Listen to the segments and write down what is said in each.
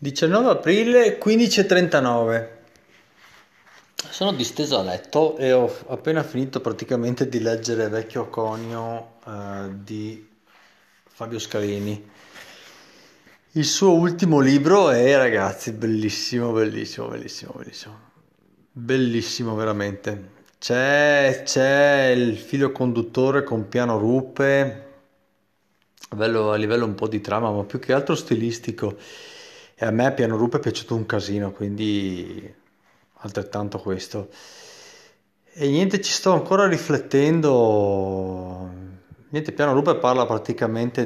19 aprile 15:39. Sono disteso a letto e ho appena finito praticamente di leggere Vecchio Conio di Fabio Scalini. Il suo ultimo libro è, ragazzi, bellissimo, bellissimo, bellissimo, bellissimo. Bellissimo veramente. C'è il filo conduttore con Piano Rupe, bello a livello un po' di trama, ma più che altro stilistico. E a me Piano Rupe è piaciuto un casino, quindi altrettanto questo. E niente, ci sto ancora riflettendo. Niente, Piano Rupe parla praticamente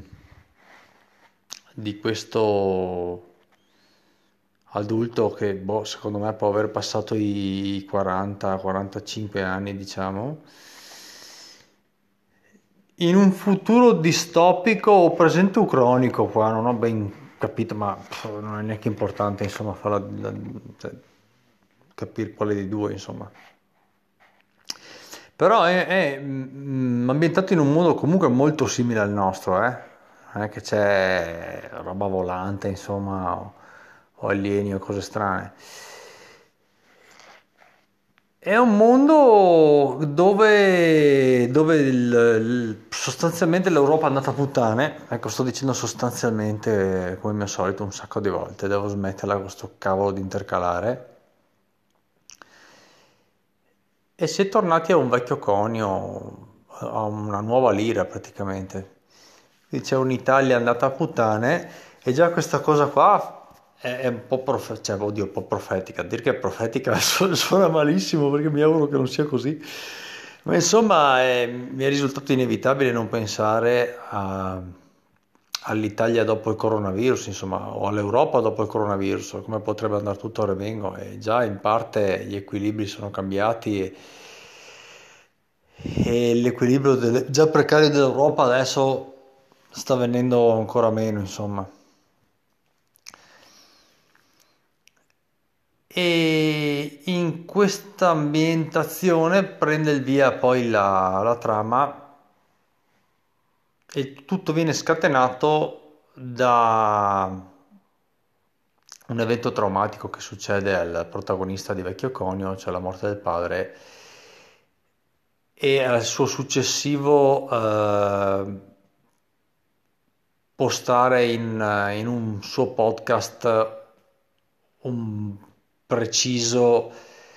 di questo adulto che, boh, secondo me può aver passato i 40-45 anni, diciamo, in un futuro distopico o presente ucronico, qua non ho ben capito, ma non è neanche importante, insomma, cioè, capire quale dei due, insomma. Però è ambientato in un mondo comunque molto simile al nostro, eh? Non è che c'è roba volante, insomma, o alieni o cose strane. È un mondo dove sostanzialmente l'Europa è andata a puttane. Ecco, sto dicendo sostanzialmente come al mio solito un sacco di volte, devo smetterla con sto cavolo di intercalare. E si è tornati a un vecchio conio, a una nuova lira praticamente. Quindi c'è un'Italia andata a puttane e già questa cosa qua è un po' cioè, oddio, un po' profetica. Dir che è profetica suona malissimo perché mi auguro che non sia così. Ma insomma, mi è risultato inevitabile non pensare all'Italia dopo il coronavirus, insomma, o all'Europa dopo il coronavirus, come potrebbe andare tutto a remengo. E già in parte gli equilibri sono cambiati e l'equilibrio già precario dell'Europa adesso sta venendo ancora meno, insomma. E in questa ambientazione prende il via poi la trama e tutto viene scatenato da un evento traumatico che succede al protagonista di Vecchio Conio, cioè la morte del padre, e al suo successivo postare in un suo podcast un preciso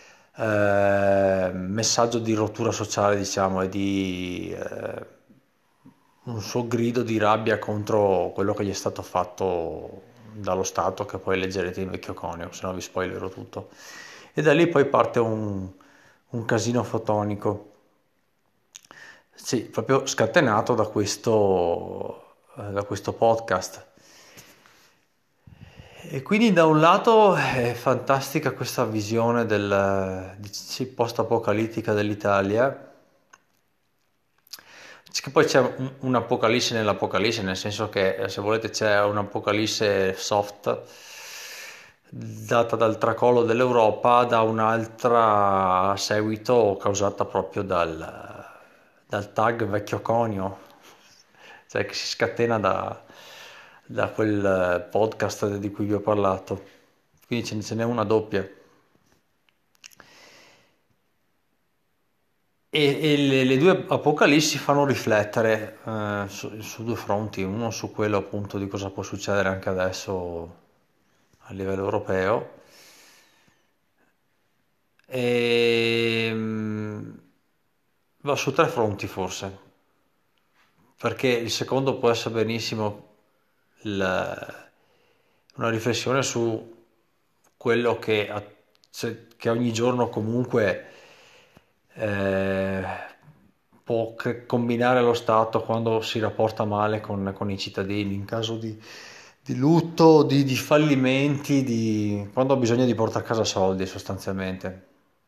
messaggio di rottura sociale, diciamo, e di un suo grido di rabbia contro quello che gli è stato fatto dallo Stato, che poi leggerete in Vecchio Conio, se no vi spoilerò tutto. E da lì poi parte un casino fotonico. Sì, proprio scatenato da questo podcast. E quindi da un lato è fantastica questa visione sì, post-apocalittica dell'Italia, che poi c'è un'apocalisse nell'apocalisse, nel senso che se volete c'è un'apocalisse soft data dal tracollo dell'Europa, da un'altra a seguito causata proprio dal tag vecchio conio, cioè che si scatena da quel podcast di cui vi ho parlato. Quindi ce n'è una doppia. E le due apocalissi fanno riflettere su due fronti, uno su quello appunto di cosa può succedere anche adesso a livello europeo, e va su tre fronti forse, perché il secondo può essere benissimo il- una riflessione su quello che ogni giorno comunque eh, può combinare lo Stato quando si rapporta male con i cittadini, in caso di lutto, di fallimenti, quando ha bisogno di portare a casa soldi sostanzialmente.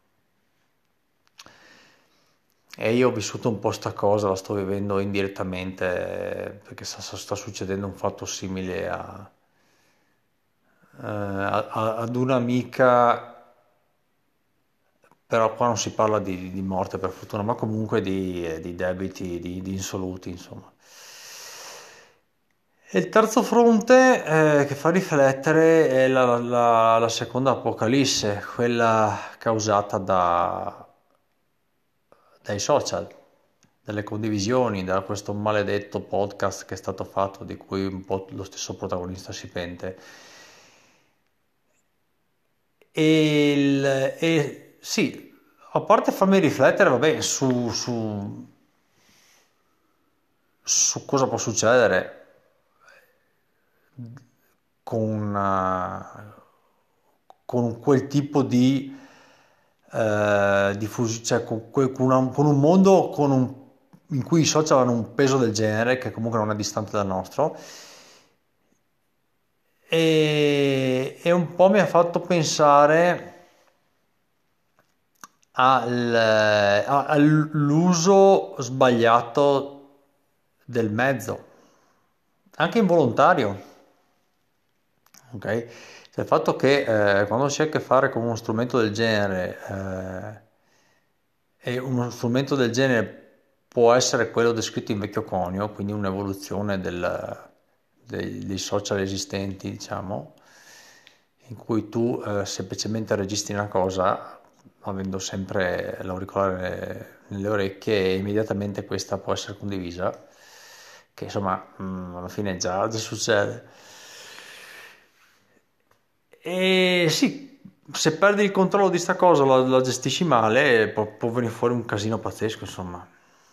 E io ho vissuto un po' sta cosa, la sto vivendo indirettamente, perché sta succedendo un fatto simile ad un'amica, però qua non si parla di morte per fortuna, ma comunque di debiti, di insoluti, insomma. E il terzo fronte che fa riflettere è la seconda apocalisse, quella causata dai social, dalle condivisioni, da questo maledetto podcast che è stato fatto, di cui un po' lo stesso protagonista si pente. Sì, a parte farmi riflettere, vabbè, su cosa può succedere con, con quel tipo di diffusione, cioè con un mondo in cui i social hanno un peso del genere, che comunque non è distante dal nostro, e un po' mi ha fatto pensare all'uso sbagliato del mezzo, anche involontario, ok? Cioè, il fatto che quando si ha a che fare con uno strumento del genere, e uno strumento del genere può essere quello descritto in Vecchio Conio, quindi un'evoluzione dei social esistenti, diciamo, in cui tu semplicemente registri una cosa avendo sempre l'auricolare nelle orecchie e immediatamente questa può essere condivisa, che insomma alla fine già succede. E sì, se perdi il controllo di sta cosa, la gestisci male, può venire fuori un casino pazzesco, insomma.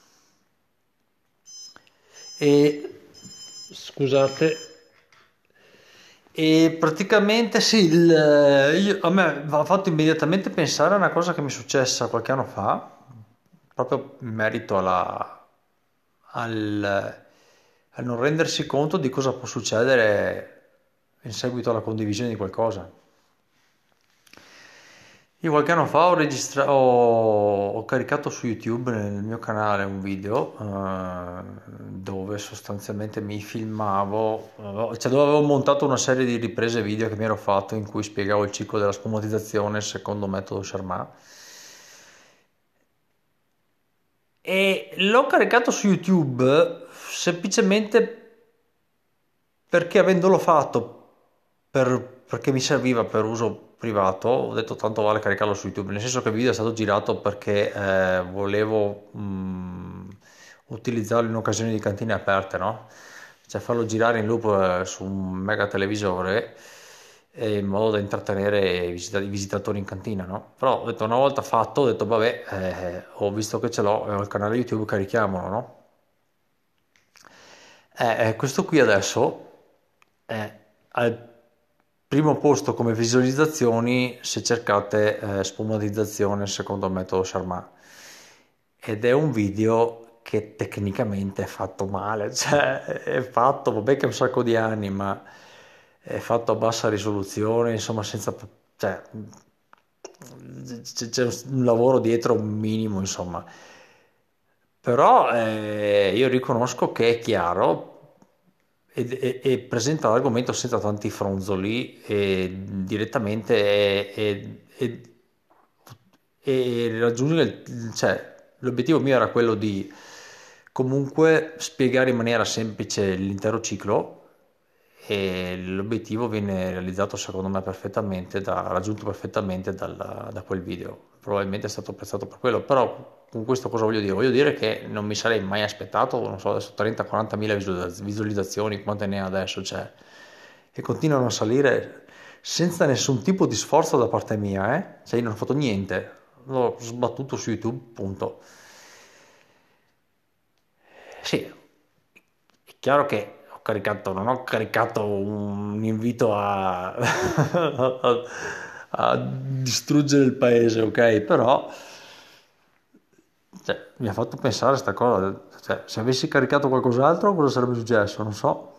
E scusate. E praticamente sì, a me ha fatto immediatamente pensare a una cosa che mi è successa qualche anno fa, proprio in merito al, al non rendersi conto di cosa può succedere in seguito alla condivisione di qualcosa. Io qualche anno fa ho caricato su YouTube nel mio canale un video dove sostanzialmente mi filmavo, cioè dove avevo montato una serie di riprese video che mi ero fatto in cui spiegavo il ciclo della spumatizzazione secondo metodo Charmat. E l'ho caricato su YouTube semplicemente perché avendolo fatto perché mi serviva per uso privato, ho detto tanto vale caricarlo su YouTube, nel senso che il video è stato girato perché volevo utilizzarlo in occasione di cantine aperte, no? Cioè farlo girare in loop su un mega televisore in modo da intrattenere i visitatori in cantina, no? Però ho detto una volta fatto, ho detto vabbè, ho visto che ce l'ho, ho il canale YouTube, carichiamolo, no? Questo qui adesso è al primo posto come visualizzazioni se cercate spumatizzazione secondo il metodo Charmat. Ed è un video che tecnicamente è fatto male, cioè è fatto, vabbè che è un sacco di anni, ma è fatto a bassa risoluzione, insomma senza, cioè, c'è un lavoro dietro minimo, insomma. Però io riconosco che è chiaro e presenta l'argomento senza tanti fronzoli e direttamente e raggiungere, cioè, l'obiettivo mio era quello di comunque spiegare in maniera semplice l'intero ciclo e l'obiettivo viene realizzato secondo me perfettamente, raggiunto perfettamente da quel video. Probabilmente è stato apprezzato per quello, però con questo cosa voglio dire? Voglio dire che non mi sarei mai aspettato, non so, adesso 30-40 mila visualizzazioni, quante ne ha adesso, cioè, e continuano a salire senza nessun tipo di sforzo da parte mia, eh? Cioè io non ho fatto niente, l'ho sbattuto su YouTube, punto. Sì, è chiaro che non ho caricato un invito a distruggere il paese, ok? Però cioè, mi ha fatto pensare a sta cosa, cioè, se avessi caricato qualcos'altro cosa sarebbe successo? Non so.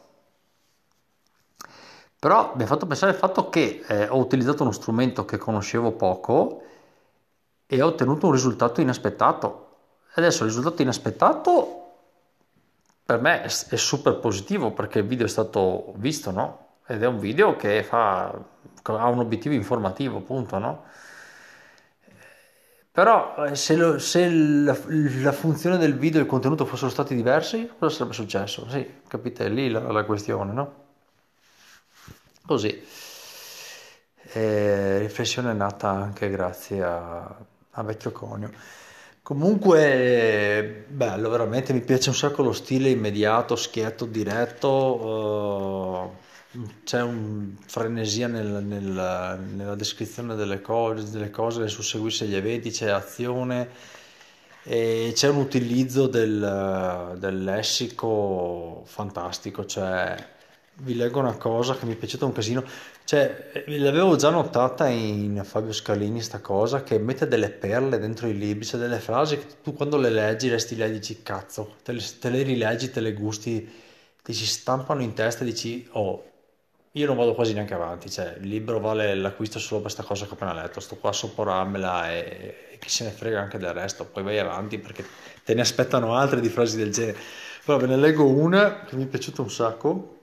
Però mi ha fatto pensare al fatto che ho utilizzato uno strumento che conoscevo poco e ho ottenuto un risultato inaspettato. Adesso il risultato inaspettato per me è super positivo perché il video è stato visto, no? Ed è un video che ha un obiettivo informativo, appunto, no? Però se la funzione del video e il contenuto fossero stati diversi, cosa sarebbe successo? Sì, capite, è lì la questione, no? Così. Riflessione nata anche grazie a Vecchio Conio. Comunque, bello, veramente mi piace un sacco lo stile immediato, schietto, diretto. C'è un frenesia nella descrizione delle cose, nel susseguirsi agli eventi, c'è azione e c'è un utilizzo del lessico fantastico. Cioè, vi leggo una cosa che mi è piaciuta un casino. Cioè, l'avevo già notata in Fabio Scalini sta cosa, che mette delle perle dentro i libri, cioè delle frasi che tu quando le leggi, resti lì e dici cazzo, te le rileggi, te le gusti, ti si stampano in testa e dici oh, io non vado quasi neanche avanti, cioè il libro vale l'acquisto solo per questa cosa che ho appena letto, sto qua a sopporarmela e chi se ne frega anche del resto, poi vai avanti perché te ne aspettano altre di frasi del genere. Però ve ne leggo una che mi è piaciuta un sacco.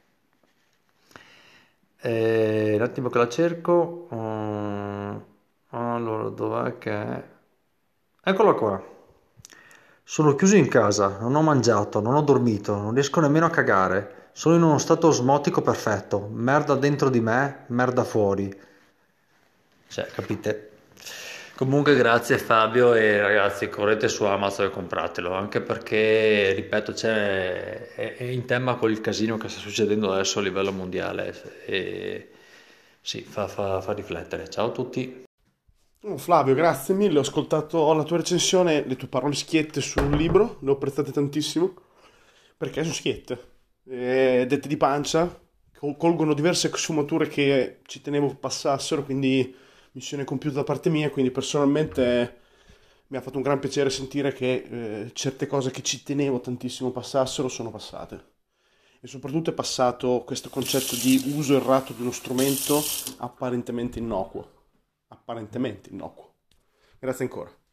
Un attimo che la cerco. Allora, dov'è che è? Eccola qua. Sono chiuso in casa, non ho mangiato, non ho dormito, non riesco nemmeno a cagare. Sono in uno stato osmotico perfetto. Merda dentro di me, merda fuori. Cioè, capite? Comunque grazie Fabio e ragazzi, correte su Amazon e compratelo, anche perché, ripeto, è in tema con il casino che sta succedendo adesso a livello mondiale e sì, fa riflettere. Ciao a tutti. Oh, Flavio, grazie mille, ho ascoltato la tua recensione, le tue parole schiette sul libro, le ho apprezzate tantissimo, perché sono schiette, dette di pancia, colgono diverse sfumature che ci tenevo passassero, quindi missione compiuta da parte mia, quindi personalmente mi ha fatto un gran piacere sentire che certe cose che ci tenevo tantissimo passassero sono passate. E soprattutto è passato questo concetto di uso errato di uno strumento apparentemente innocuo. Apparentemente innocuo. Grazie ancora.